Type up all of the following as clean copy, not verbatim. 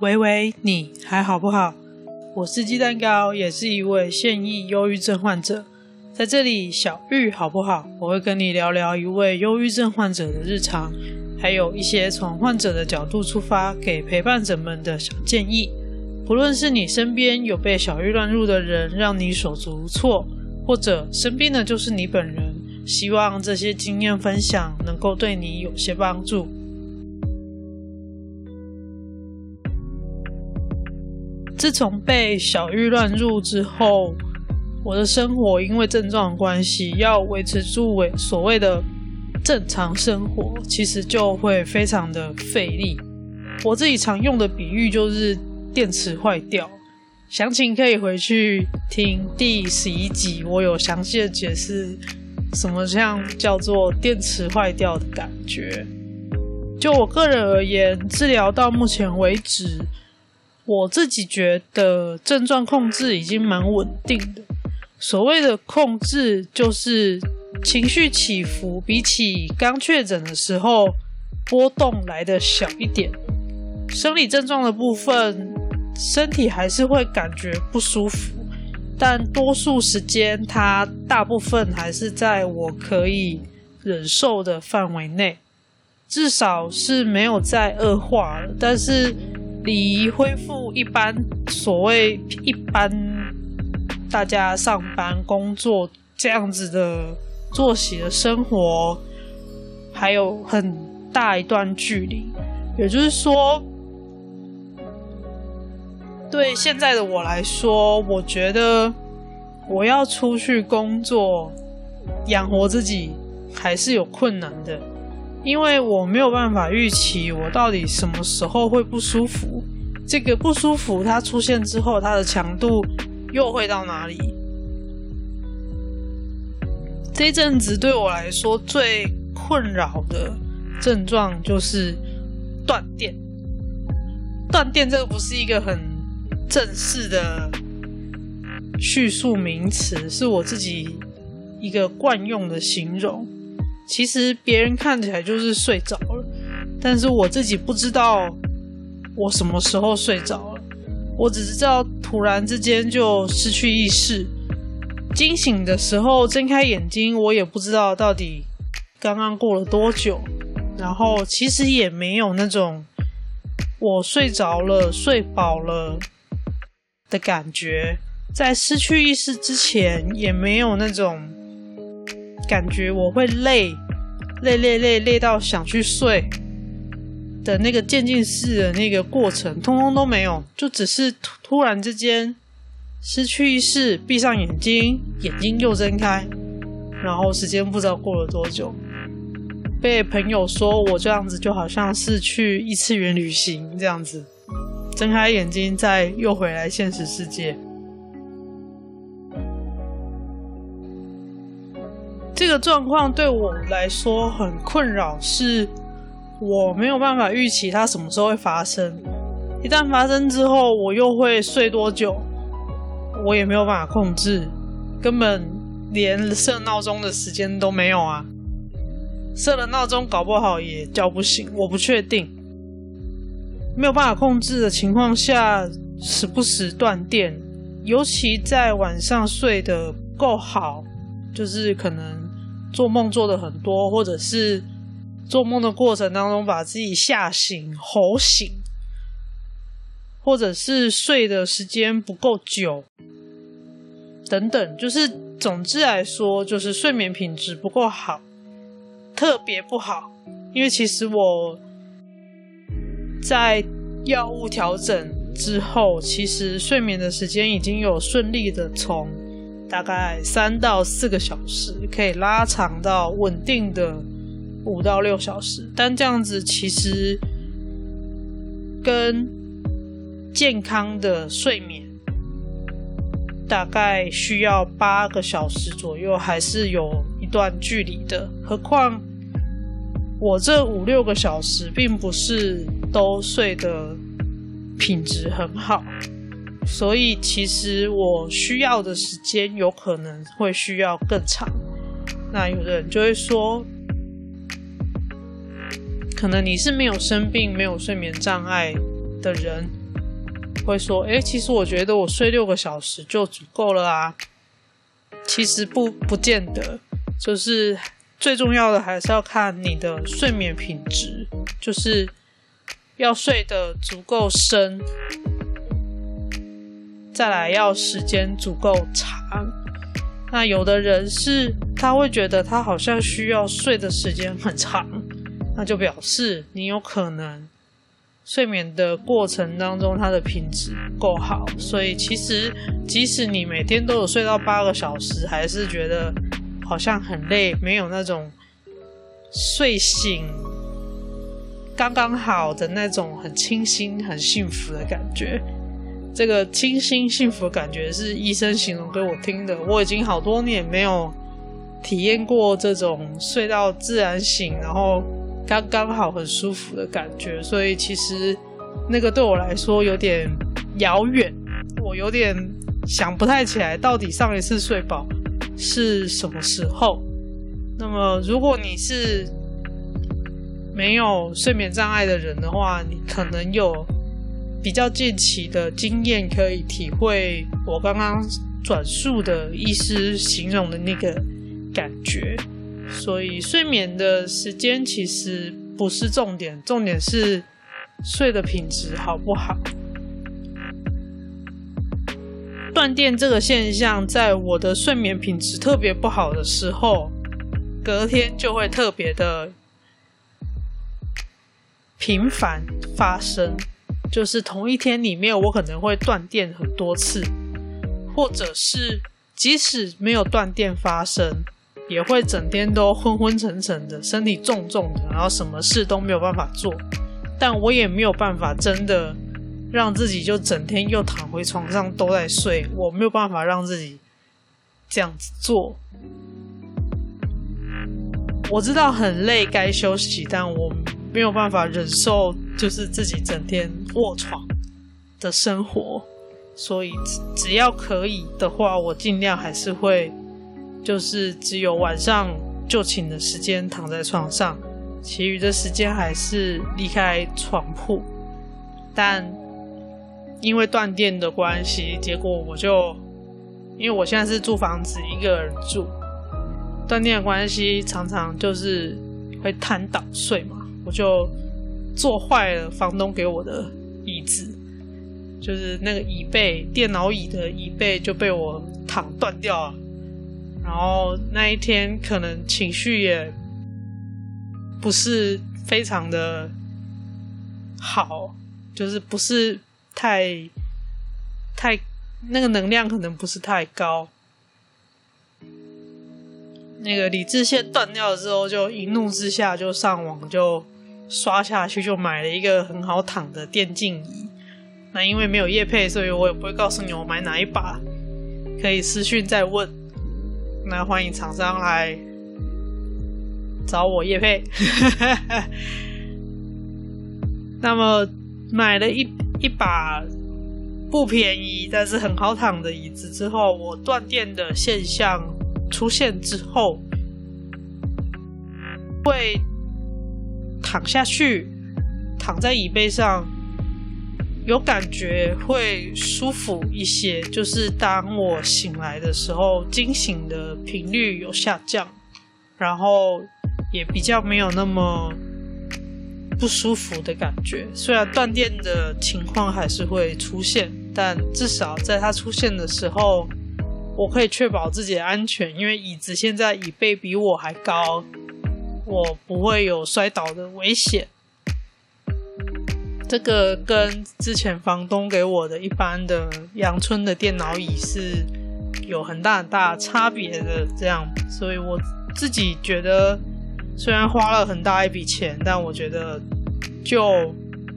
喂喂，你还好不好？我是鸡蛋糕，也是一位现役忧郁症患者。在这里，小玉好不好？我会跟你聊聊一位忧郁症患者的日常，还有一些从患者的角度出发给陪伴者们的小建议。不论是你身边有被小玉乱入的人让你手足无措，或者身边的就是你本人，希望这些经验分享能够对你有些帮助。自从被小玉乱入之后，我的生活因为症状的关系，要维持住所谓的正常生活，其实就会非常的费力。我自己常用的比喻就是电池坏掉，详情可以回去听第11集，我有详细的解释什么叫做电池坏掉的感觉。就我个人而言，治疗到目前为止，我自己觉得症状控制已经蛮稳定的。所谓的控制，就是情绪起伏比起刚确诊的时候波动来的小一点。生理症状的部分，身体还是会感觉不舒服，但多数时间它大部分还是在我可以忍受的范围内，至少是没有再恶化了。但是离恢复所谓一般大家上班工作这样子的作息的生活还有很大一段距离。也就是说，对现在的我来说，我觉得我要出去工作养活自己还是有困难的，因为我没有办法预期我到底什么时候会不舒服，这个不舒服它出现之后，它的强度又会到哪里。这一阵子对我来说最困扰的症状就是断电。断电这个不是一个很正式的叙述名词，是我自己一个惯用的形容。其实别人看起来就是睡着了，但是我自己不知道我什么时候睡着了，我只知道突然之间就失去意识，惊醒的时候睁开眼睛，我也不知道到底刚刚过了多久，然后其实也没有那种我睡着了睡饱了的感觉，在失去意识之前也没有那种感觉我会累到想去睡的那个渐进式的那个过程，通通都没有，就只是突然之间失去意识，闭上眼睛，眼睛又睁开，然后时间不知道过了多久。被朋友说我这样子就好像是去异次元旅行这样子，睁开眼睛再又回来现实世界。这个状况对我来说很困扰，是我没有办法预期它什么时候会发生，一旦发生之后我又会睡多久，我也没有办法控制，根本连设闹钟的时间都没有啊，设了闹钟搞不好也叫不醒，我不确定。没有办法控制的情况下，时不时断电，尤其在晚上睡得不够好，就是可能做梦做得很多，或者是做梦的过程当中把自己吓醒吼醒，或者是睡的时间不够久等等，就是总之来说就是睡眠品质不够好，特别不好。因为其实我在药物调整之后，其实睡眠的时间已经有顺利的从大概3到4个小时可以拉长到稳定的5到6小时，但这样子其实跟健康的睡眠大概需要8个小时左右还是有一段距离的，何况我这5-6个小时并不是都睡的品质很好，所以其实我需要的时间有可能会需要更长。那有的人就会说，可能你是没有生病没有睡眠障碍的人， 会说其实我觉得我睡6个小时就足够了啊。其实不见得，就是最重要的还是要看你的睡眠品质，就是要睡得足够深，再来要时间足够长。那有的人是他会觉得他好像需要睡的时间很长，那就表示你有可能睡眠的过程当中它的品质不够好，所以其实即使你每天都有睡到8个小时，还是觉得好像很累，没有那种睡醒刚刚好的那种很清新很幸福的感觉。这个清新幸福的感觉是医生形容给我听的，我已经好多年没有体验过这种睡到自然醒然后刚刚好很舒服的感觉，所以其实那个对我来说有点遥远，我有点想不太起来到底上一次睡饱是什么时候。那么如果你是没有睡眠障碍的人的话，你可能有比较近期的经验可以体会我刚刚转述的医师形容的那个感觉。所以睡眠的时间其实不是重点，重点是睡的品质好不好。断电这个现象在我的睡眠品质特别不好的时候，隔天就会特别的频繁发生，就是同一天里面我可能会断电很多次，或者是即使没有断电发生，也会整天都昏昏沉沉的，身体重重的，然后什么事都没有办法做。但我也没有办法真的让自己就整天又躺回床上都在睡，我没有办法让自己这样子做。我知道很累该休息，但我没有办法忍受就是自己整天卧床的生活，所以只要可以的话，我尽量还是会就是只有晚上就寝的时间躺在床上，其余的时间还是离开床铺。但因为断电的关系，结果我就因为我现在是住房子一个人住，断电的关系常常就是会瘫倒睡嘛，我就坐坏了房东给我的椅子，就是那个椅背，电脑椅的椅背就被我躺断掉了。然后那一天可能情绪也不是非常的好，就是不是太那个能量可能不是太高。那个理智线断掉了之后，就一怒之下就上网就刷下去，就买了一个很好躺的电竞椅。那因为没有业配，所以我也不会告诉你我买哪一把，可以私讯再问。那欢迎厂商来找我业配。那么买了一把不便宜但是很好躺的椅子之后，我断电的现象出现之后，会躺下去，躺在椅背上，有感觉会舒服一些，就是当我醒来的时候，惊醒的频率有下降，然后也比较没有那么不舒服的感觉。虽然断电的情况还是会出现，但至少在它出现的时候，我可以确保自己的安全，因为椅子现在椅背比我还高，我不会有摔倒的危险。这个跟之前房东给我的一般的阳春的电脑椅是有很大很大差别的，这样，所以我自己觉得虽然花了很大一笔钱，但我觉得就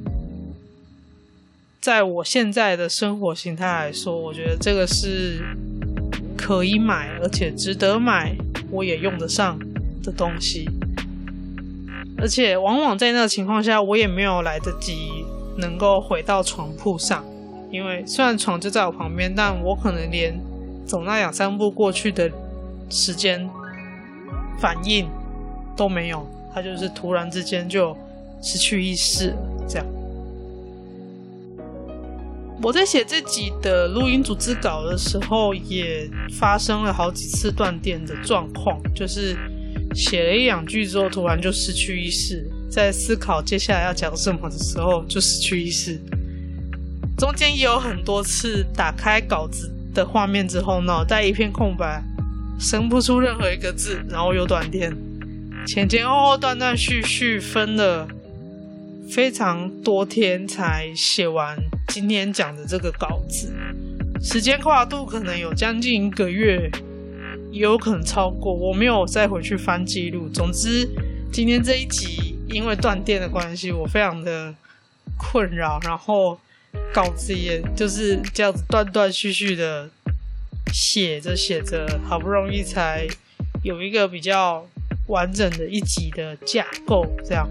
在我现在的生活形态来说，我觉得这个是可以买而且值得买，我也用得上的东西。而且往往在那个情况下，我也没有来得及能够回到床铺上，因为虽然床就在我旁边，但我可能连走那2-3步过去的时间反应都没有，它就是突然之间就失去意识了，这样。 我在写这集的录音组织稿的时候，也发生了好几次断电的状况，就是写了1-2句之后，突然就失去意识，在思考接下来要讲什么的时候就失去意识。中间也有很多次打开稿子的画面之后，脑袋一片空白，生不出任何一个字，然后又断电，前前后后断断续续分了非常多天才写完今天讲的这个稿子，时间跨度可能有将近1个月，也有可能超过，我没有再回去翻记录。总之今天这一集因为断电的关系，我非常的困扰，然后稿子也就是这样子断断续续的写着写着，好不容易才有一个比较完整的一集的架构。这样，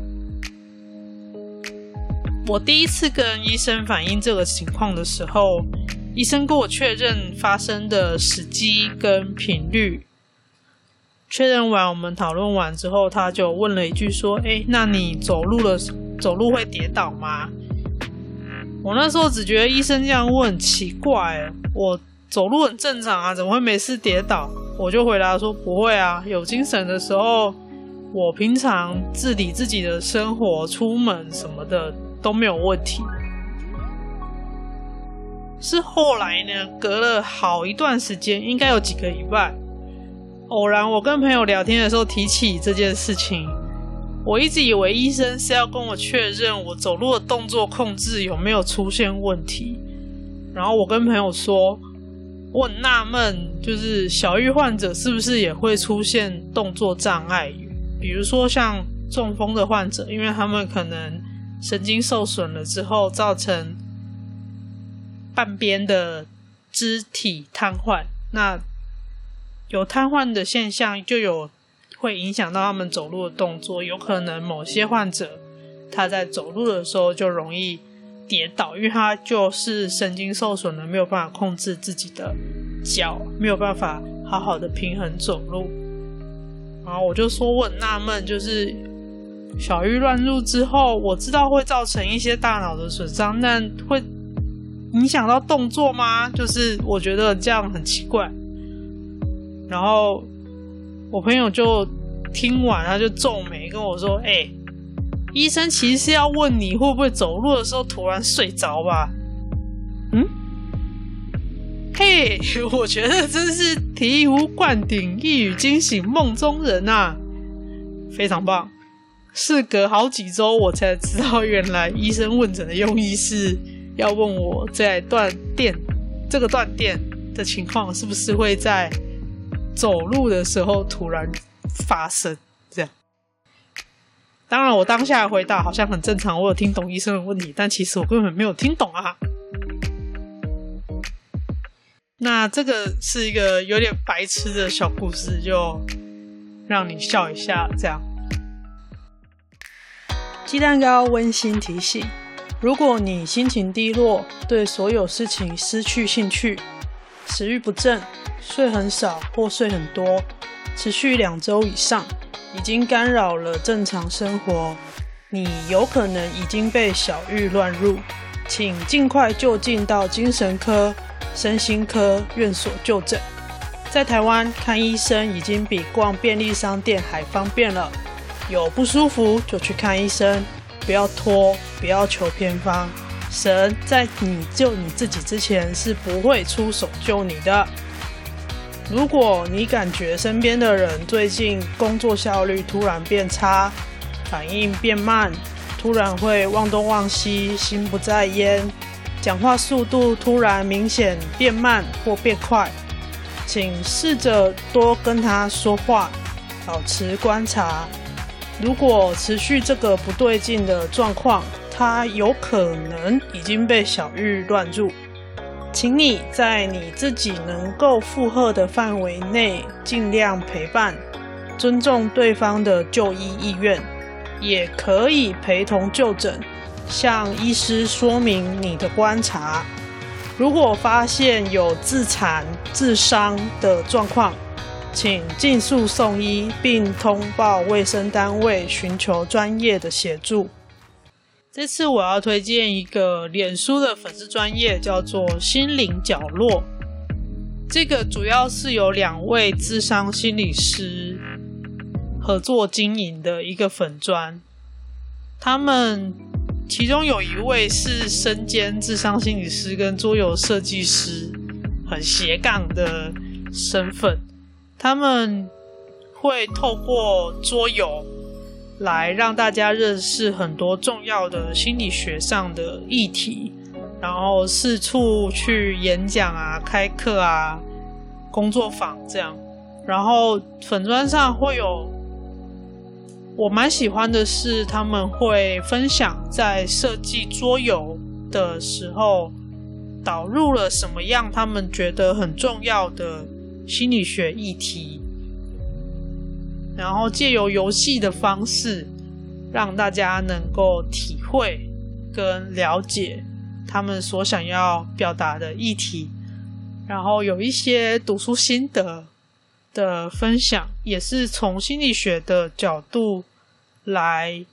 我第一次跟医生反映这个情况的时候，医生跟我确认发生的时机跟频率。确认完，我们讨论完之后，他就问了一句说：那你走路会跌倒吗？我那时候只觉得医生这样问很奇怪，我走路很正常啊，怎么会没事跌倒？我就回答说不会啊，有精神的时候，我平常自理自己的生活，出门什么的都没有问题。是后来呢，隔了好一段时间，应该有几个礼拜，偶然我跟朋友聊天的时候提起这件事情。我一直以为医生是要跟我确认我走路的动作控制有没有出现问题，然后我跟朋友说，我很纳闷，就是小玉患者是不是也会出现动作障碍，比如说像中风的患者，因为他们可能神经受损了之后造成半边的肢体瘫痪，那有瘫痪的现象就有会影响到他们走路的动作，有可能某些患者他在走路的时候就容易跌倒，因为他就是神经受损了，没有办法控制自己的脚，没有办法好好的平衡走路。然后我就说我很纳闷，就是小玉乱入之后，我知道会造成一些大脑的损伤，但会影响到动作吗？就是我觉得这样很奇怪。然后我朋友就听完，他就皱眉跟我说：医生其实是要问你会不会走路的时候突然睡着吧。我觉得真是醍醐灌顶，一语惊醒梦中人啊，非常棒。事隔好几周我才知道，原来医生问诊的用意是要问我在这个断电的情况是不是会在走路的时候突然发生，这样。当然我当下的回答好像很正常，我有听懂医生的问题，但其实我根本没有听懂啊。那这个是一个有点白痴的小故事，就让你笑一下这样。鸡蛋糕温馨提醒，如果你心情低落，对所有事情失去兴趣，食欲不振，睡很少或睡很多，持续2周以上，已经干扰了正常生活，你有可能已经被小玉乱入，请尽快就近到精神科、身心科院所就诊。在台湾看医生已经比逛便利商店还方便了，有不舒服就去看医生，不要拖，不要求偏方，神在你救你自己之前是不会出手救你的。如果你感觉身边的人最近工作效率突然变差，反应变慢，突然会忘东忘西，心不在焉，讲话速度突然明显变慢或变快，请试着多跟他说话，保持观察。如果持续这个不对劲的状况，他有可能已经被小玉乱入，请你在你自己能够负荷的范围内尽量陪伴，尊重对方的就医意愿，也可以陪同就诊，向医师说明你的观察。如果发现有自残、自伤的状况，请尽速送医，并通报卫生单位寻求专业的协助。 这次我要推荐一个脸书的粉丝专页，叫做心灵角落。这个主要是由2位諮商心理师合作经营的一个粉专。他们其中有一位是身兼諮商心理师跟桌游设计师，很斜杠的身份。他们会透过桌游来让大家认识很多重要的心理学上的议题，然后四处去演讲啊、开课啊、工作坊这样。然后粉专上会有，我蛮喜欢的是他们会分享在设计桌游的时候导入了什么样他们觉得很重要的心理学议题，然后借由游戏的方式让大家能够体会跟了解他们所想要表达的议题，然后有一些读书心得的分享，也是从心理学的角度来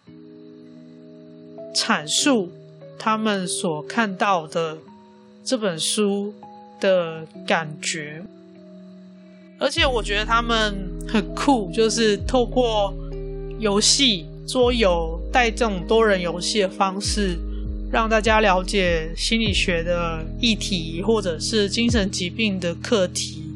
阐述他们所看到的这本书的感觉。而且我觉得他们很酷，就是透过游戏桌游带这种多人游戏的方式让大家了解心理学的议题或者是精神疾病的课题，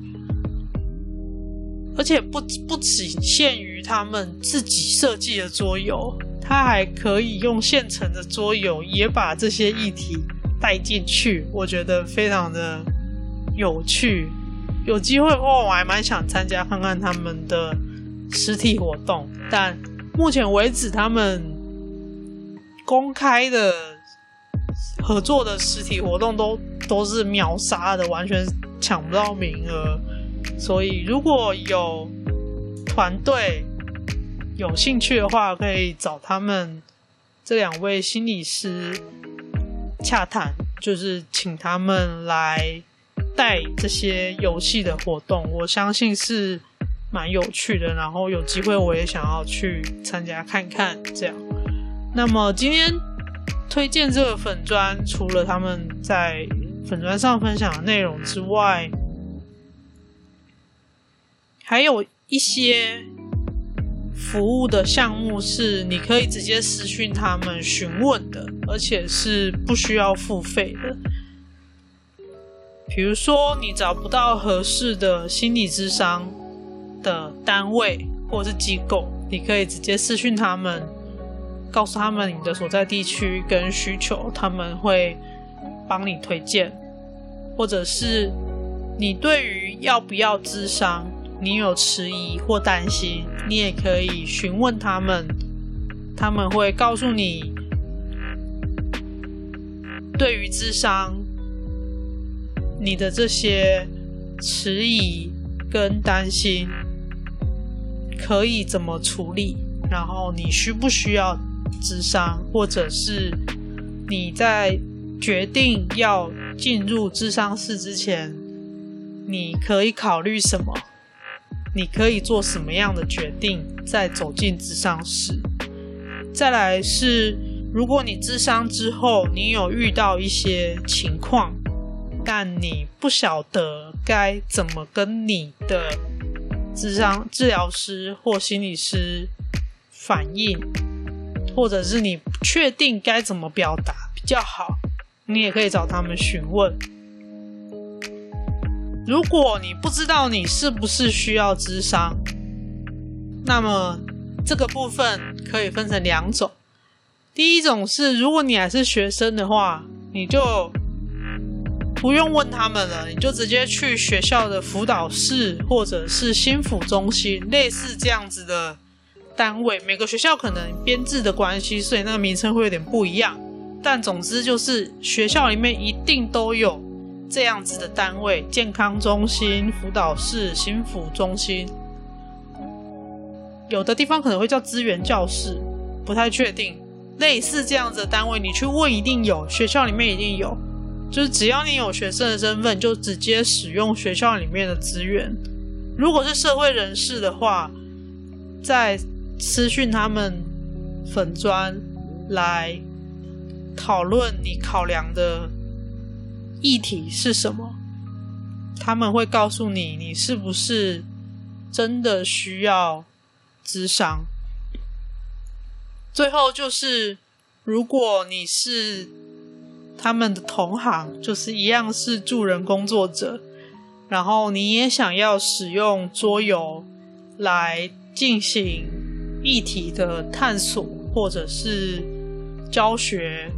而且不仅限于他们自己设计的桌游，他还可以用现成的桌游也把这些议题带进去，我觉得非常的有趣。有机会的话我还蛮想参加看看他们的实体活动，但目前为止他们公开的合作的实体活动都是秒杀的，完全抢不到名额。所以如果有团队有兴趣的话，可以找他们这2位心理师洽谈，就是请他们来带这些游戏的活动，我相信是蛮有趣的，然后有机会我也想要去参加看看这样。那么今天推荐这个粉专，除了他们在粉专上分享的内容之外，还有一些服务的项目是你可以直接私讯他们询问的，而且是不需要付费的。比如说你找不到合适的心理諮商的单位或是机构，你可以直接私讯他们，告诉他们你的所在地区跟需求，他们会帮你推荐。或者是你对于要不要諮商你有迟疑或担心，你也可以询问他们，他们会告诉你对于諮商你的这些迟疑跟担心可以怎么处理，然后你需不需要諮商，或者是你在决定要进入諮商室之前你可以考虑什么，你可以做什么样的决定再走进諮商室。再来是如果你諮商之后你有遇到一些情况，但你不晓得该怎么跟你的諮商治疗师或心理师反映，或者是你不确定该怎么表达比较好，你也可以找他们询问。如果你不知道你是不是需要諮商，那么这个部分可以分成2种。第一种是如果你还是学生的话，你就不用问他们了，你就直接去学校的辅导室或者是心辅中心，类似这样子的单位。每个学校可能编制的关系，所以那个名称会有点不一样，但总之就是学校里面一定都有这样子的单位，健康中心、辅导室、心辅中心，有的地方可能会叫资源教室，不太确定。类似这样子的单位你去问一定有，学校里面一定有，就是只要你有学生的身份就直接使用学校里面的资源。如果是社会人士的话，再私讯他们粉专来讨论你考量的议题是什么，他们会告诉你你是不是真的需要咨商。最后就是如果你是他们的同行，就是一样是助人工作者，然后你也想要使用桌游来进行议题的探索或者是教学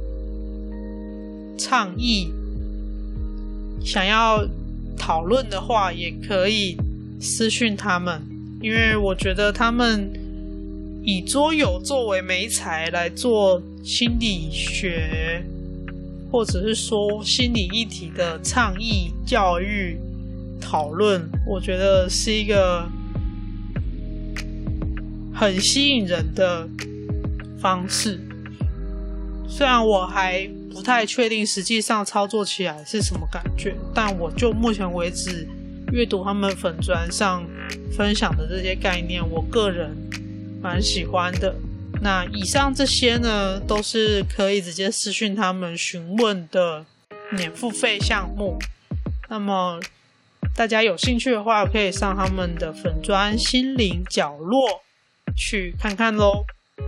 倡议，想要讨论的话也可以私讯他们，因为我觉得他们以桌游作为媒材来做心理学或者是说心理议题的倡议、教育、讨论，我觉得是一个很吸引人的方式。虽然我还不太确定实际上操作起来是什么感觉，但我就目前为止阅读他们粉专上分享的这些概念，我个人蛮喜欢的。那以上这些呢，都是可以直接私讯他们询问的免付费项目。那么大家有兴趣的话，可以上他们的粉专心灵角落去看看咯。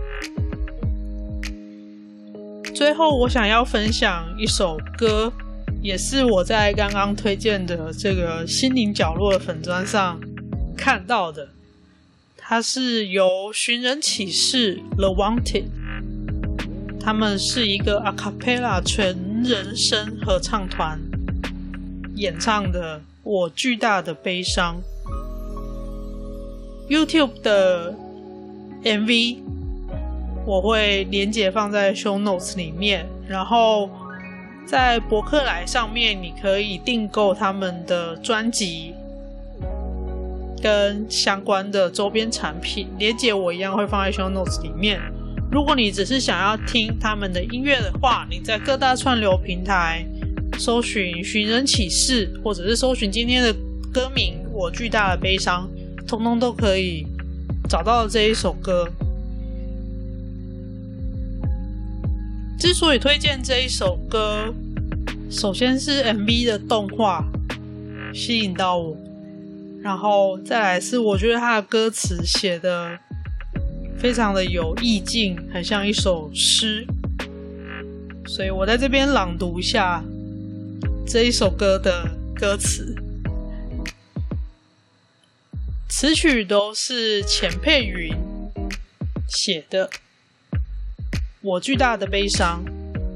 最后我想要分享一首歌，也是我在刚刚推荐的这个心灵角落的粉专上看到的。它是由寻人启事 The Wanted， 他们是一个 a cappella 全人声合唱团演唱的我巨大的悲伤。 YouTube 的 MV 我会连结放在 show notes 里面，然后在博客来上面你可以订购他们的专辑跟相关的周边产品，连结我一样会放在 show notes 里面。如果你只是想要听他们的音乐的话，你在各大串流平台搜寻寻人启事，或者是搜寻今天的歌名我巨大的悲伤，通通都可以找到这一首歌。之所以推荐这一首歌，首先是 MV 的动画吸引到我，然后再来是我觉得他的歌词写的非常的有意境，很像一首诗，所以我在这边朗读一下这一首歌的歌词。词曲都是钱佩云写的，我巨大的悲伤。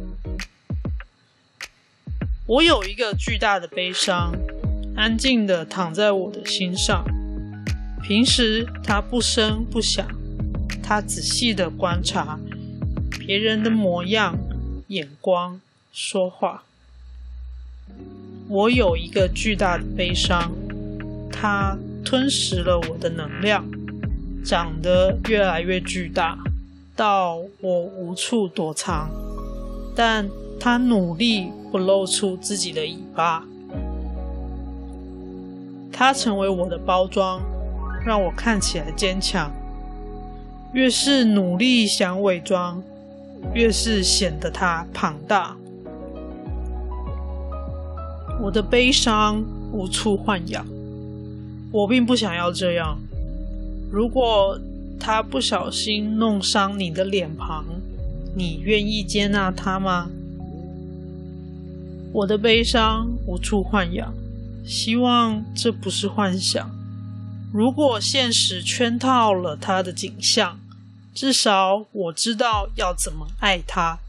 我有一个巨大的悲伤，安静地躺在我的心上。平时它不声不响，它仔细地观察别人的模样、眼光、说话。我有一个巨大的悲伤，它吞噬了我的能量，长得越来越巨大，到我无处躲藏。但它努力不露出自己的尾巴。它成为我的包装，让我看起来坚强。越是努力想伪装，越是显得它庞大。我的悲伤无处豢养，我并不想要这样。如果它不小心弄伤你的脸庞，你愿意接纳它吗？我的悲伤无处豢养，希望这不是幻想。如果现实圈套了它的景象，至少我知道要怎么爱它。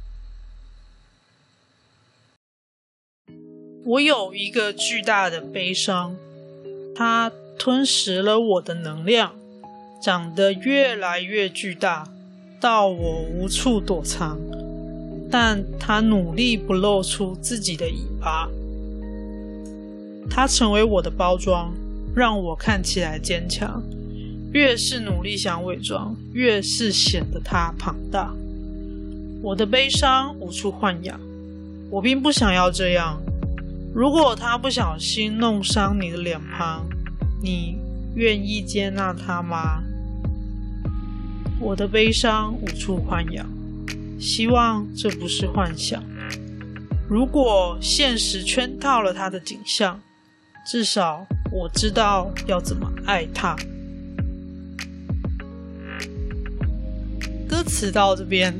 我有一个巨大的悲伤，它吞噬了我的能量，长得越来越巨大，到我无处躲藏。但它努力不露出自己的尾巴。它成为我的包装，让我看起来坚强。越是努力想伪装，越是显得它庞大。我的悲伤无处豢养，我并不想要这样。如果它不小心弄伤你的脸庞，你愿意接纳它吗？我的悲伤无处豢养， 希望这不是幻想。如果现实圈套了他的景象，至少我知道要怎么爱他。歌词到这边，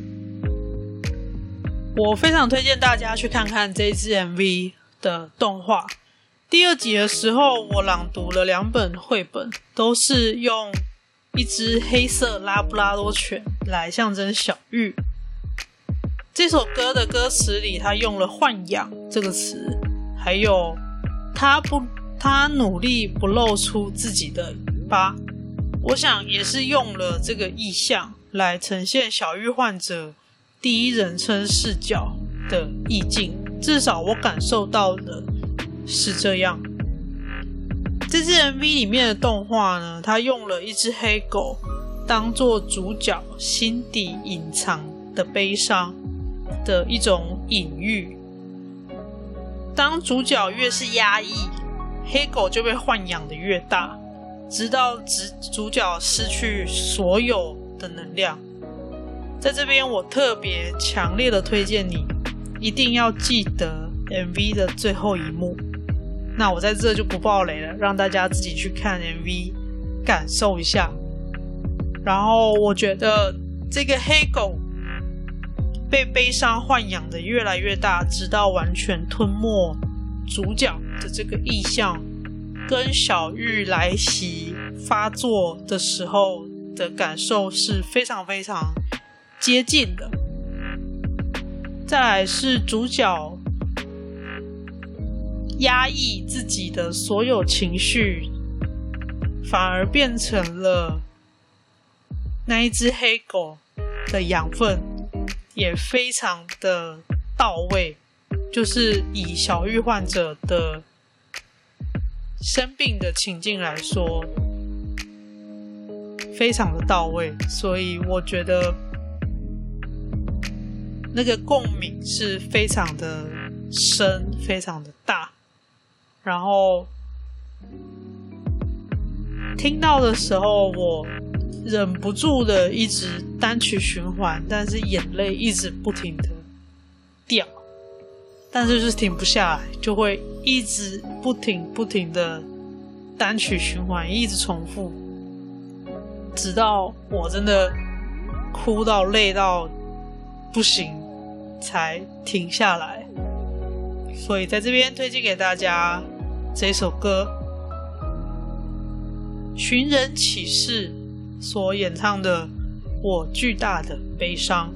我非常推荐大家去看看这支 MV 的动画。第2集的时候，我朗读了2本绘本，都是用一只黑色拉布拉多犬来象征小玉。这首歌的歌词里，他用了豢养这个词，还有他努力不露出自己的尾巴，我想也是用了这个意象来呈现小玉患者第一人称视角的意境，至少我感受到的是这样。这支 MV 里面的动画呢，它用了一只黑狗当作主角心底隐藏的悲伤的一种隐喻。当主角越是压抑，黑狗就被豢养的越大，直到主角失去所有的能量。在这边我特别强烈的推荐你一定要记得 MV 的最后一幕。那我在这就不爆雷了，让大家自己去看 MV 感受一下。然后我觉得这个黑狗被悲伤豢养的越来越大，直到完全吞没主角的这个意象，跟小玉来袭发作的时候的感受是非常非常接近的。再来是主角压抑自己的所有情绪，反而变成了那一只黑狗的养分，也非常的到位，就是以小玉患者的生病的情境来说，非常的到位，所以我觉得那个共鸣是非常的深，非常的大。然后听到的时候，我忍不住的一直单曲循环，但是眼泪一直不停的掉，但是就是停不下来，就会一直不停的单曲循环，一直重复，直到我真的哭到累到不行才停下来。所以在这边推荐给大家这首歌，寻人启事所演唱的《我巨大的悲伤》。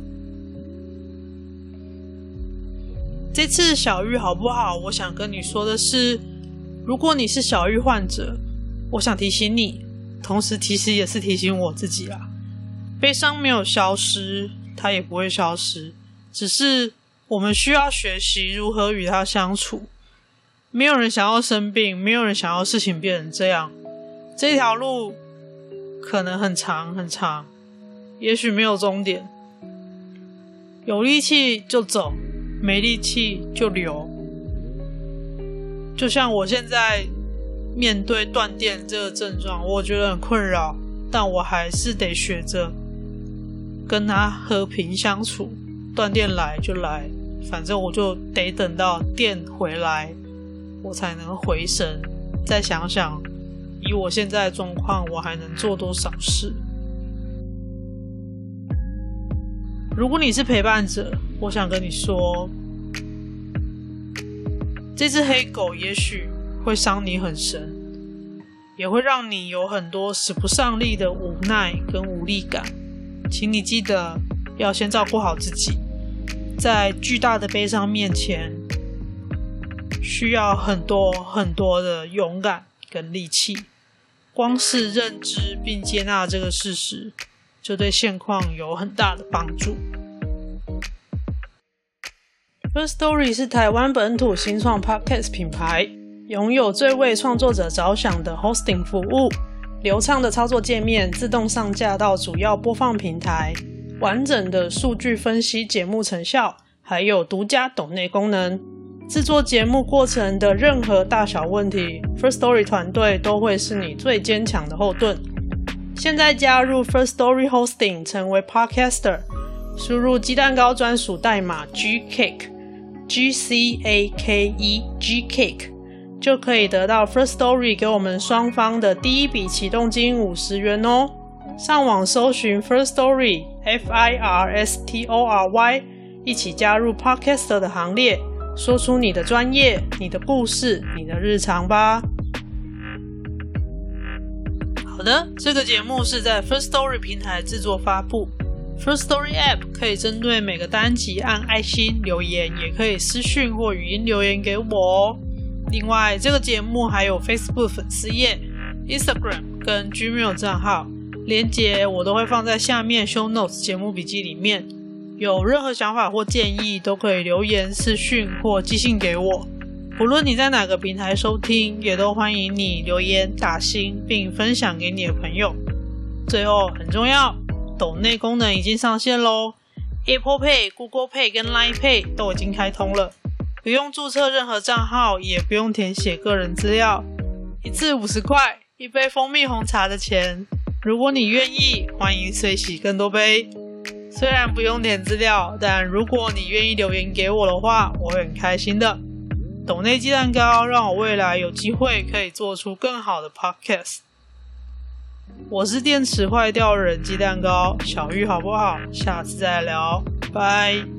这次小玉好不好？我想跟你说的是，如果你是小玉患者，我想提醒你，同时其实也是提醒我自己啦。悲伤没有消失，它也不会消失，只是我们需要学习如何与它相处。没有人想要生病，没有人想要事情变成这样。这条路可能很长很长，也许没有终点。有力气就走，没力气就留。就像我现在面对断电这个症状，我觉得很困扰，但我还是得学着跟它和平相处。断电来就来，反正我就得等到电回来，我才能回神，再想想以我现在的状况，我还能做多少事。如果你是陪伴者，我想跟你说，这只黑狗也许会伤你很深，也会让你有很多使不上力的无奈跟无力感。请你记得要先照顾好自己，在巨大的悲伤面前，需要很多很多的勇敢跟力气。光是认知并接纳这个事实，就对现况有很大的帮助。Firstory 是台湾本土新创 Podcast 品牌，拥有最为创作者着想的 hosting 服务，流畅的操作界面，自动上架到主要播放平台，完整的数据分析节目成效，还有独家抖内功能。制作节目过程的任何大小问题， Firstory 团队都会是你最坚强的后盾。现在加入 Firstory Hosting 成为 Podcaster， 输入鸡蛋糕专属代码 GCAKE GCAKE 就可以得到 Firstory 给我们双方的第一笔启动金50元哦。上网搜寻 Firstory FIRSTORY， 一起加入 Podcaster 的行列，说出你的专业、你的故事、你的日常吧。好的，这个节目是在 Firstory 平台制作发布。Firstory App 可以针对每个单集按爱心留言，也可以私讯或语音留言给我哦。另外，这个节目还有 Facebook 粉丝页、Instagram 跟 Gmail 账号，连结我都会放在下面 Show Notes 节目笔记里面。有任何想法或建议，都可以留言、私讯或寄信给我。不论你在哪个平台收听，也都欢迎你留言、打星，并分享给你的朋友。最后很重要，抖内功能已经上线咯， Apple Pay、Google Pay 跟 Line Pay 都已经开通了，不用注册任何账号，也不用填写个人资料，一次50块，一杯蜂蜜红茶的钱。如果你愿意，欢迎随喜更多杯。虽然不用填资料，但如果你愿意留言给我的话，我会很开心的。抖内鸡蛋糕让我未来有机会可以做出更好的 podcast。 我是电池坏掉的人鸡蛋糕，小玉好不好？下次再聊，拜。